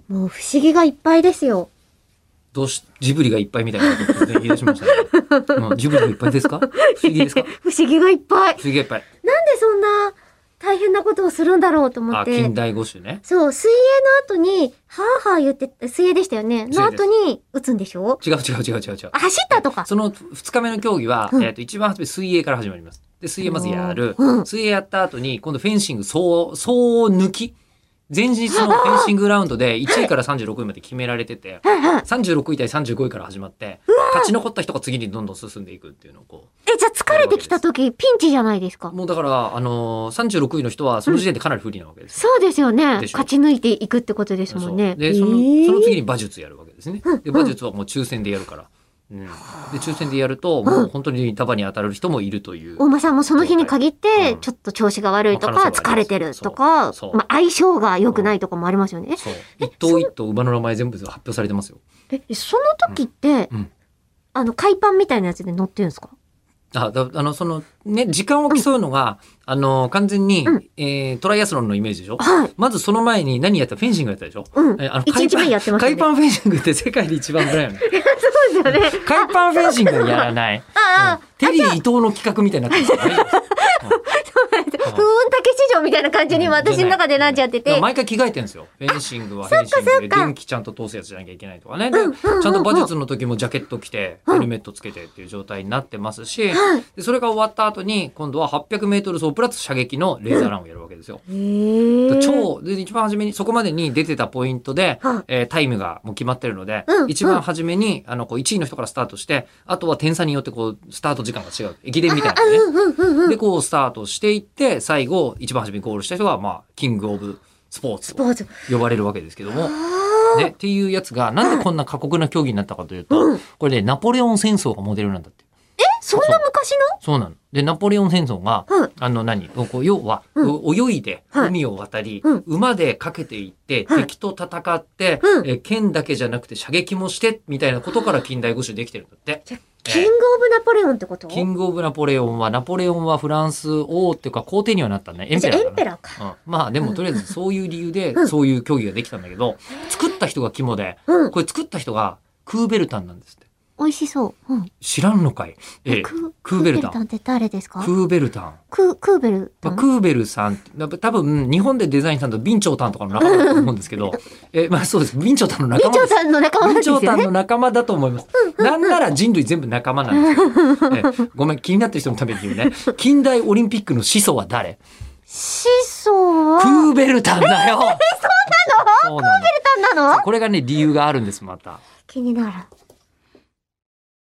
もう不思議がいっぱいですよ。 ジブリがいっぱいみたいなことを言い出しましたね。ジブリがいっぱいですか？不思議ですか？ 不思議がいっぱい。 不思議がいっぱい。 なんでそんな大変なことをするんだろうと思って。 近代五種ね。 そう、水泳の後に、はぁはぁ言って、水泳でしたよね。の後に打つんでしょ？ 違う。 走ったとか。 その2日目の競技は、一番初め水泳から始まります。で、水泳まずやる。水泳やった後に、今度フェンシング総抜き。前日のフェンシングラウンドで1位から36位まで決められてて、36位対35位から始まって、勝ち残った人が次にどんどん進んでいくっていうのをこう。 じゃあ疲れてきた時、ピンチじゃないですか。 もうだから、36位の人はその時点でかなり不利なわけです。 そうですよね。勝ち抜いていくってことですもんね。 で、その次に馬術やるわけですね。で、馬術はもう抽選でやるから。で、抽選でやると、もう本当に束に当たる人もいるという。 大間さんもその日に限って、ちょっと調子が悪いとか、疲れてるとか、相性が良くないとかもありますよね。 そう。一頭一頭馬の名前全部発表されてますよ。 その時って、海パンみたいなやつで乗ってるんですか？ そのね、時間を競うのが、完全に、トライアスロンのイメージでしょ？はい。まずその前に何やった？フェンシングやったでしょ？ 1日目やってましたね。 海パンフェンシングって世界で一番危ないよね。 そうですよね。 海パンフェンシングはやらない。テリー伊藤の企画みたいになってますよ。 そうなんです。風雲竹市場みたいな感じに私の中でなっちゃってて。 毎回着替えてるんですよ。フェンシングはフェンシングで電気ちゃんと通すやつじゃなきゃいけないとかね。ちゃんと馬術の時もジャケット着て、ヘルメットつけてっていう状態になってますし、でそれが終わった後に、今度は800メートル走プラス射撃のレーザーランをやるわけですよ。で一番初めに、そこまでに出てたポイントで、タイムがもう決まってるので、一番初めに、1位の人からスタートして、あとは点差によってこう、スタート時間が違う。駅伝みたいなね。で、こう、スタートしていって、最後、一番初めにゴールした人が、まあ、キングオブスポーツと呼ばれるわけですけども、ね、っていうやつが、なんでこんな過酷な競技になったかというと、これね、ナポレオン戦争がモデルなんだって。 そんな昔の？ そうなの。で、ナポレオン戦争が、要は、泳いで海を渡り、馬で駆けていって、敵と戦って、剣だけじゃなくて射撃もして、みたいなことから近代五種できてるんだって。 キングオブナポレオンってこと？ キングオブナポレオンはフランス王っていうか皇帝にはなったね。エンペラーか。まあでもとりあえずそういう理由でそういう競技ができたんだけど、作った人が肝で、これ作った人がクーベルタンなんですって。 美味しそう。 知らんのかい。クーベルタンって誰ですか？ クーベルタン。 クーベルタン。 クーベルさんって、多分日本でデザインさんと備長炭とかの仲間だと思うんですけど、まあそうです。備長炭の仲間です。備長炭の仲間だと思います。なんなら人類全部仲間なんですよ。ごめん、気になってる人のために言うね。近代オリンピックの始祖は誰？ 始祖はクーベルタンだよ。 そうなの？クーベルタンなの？ これがね、理由があるんです、また。 気になる。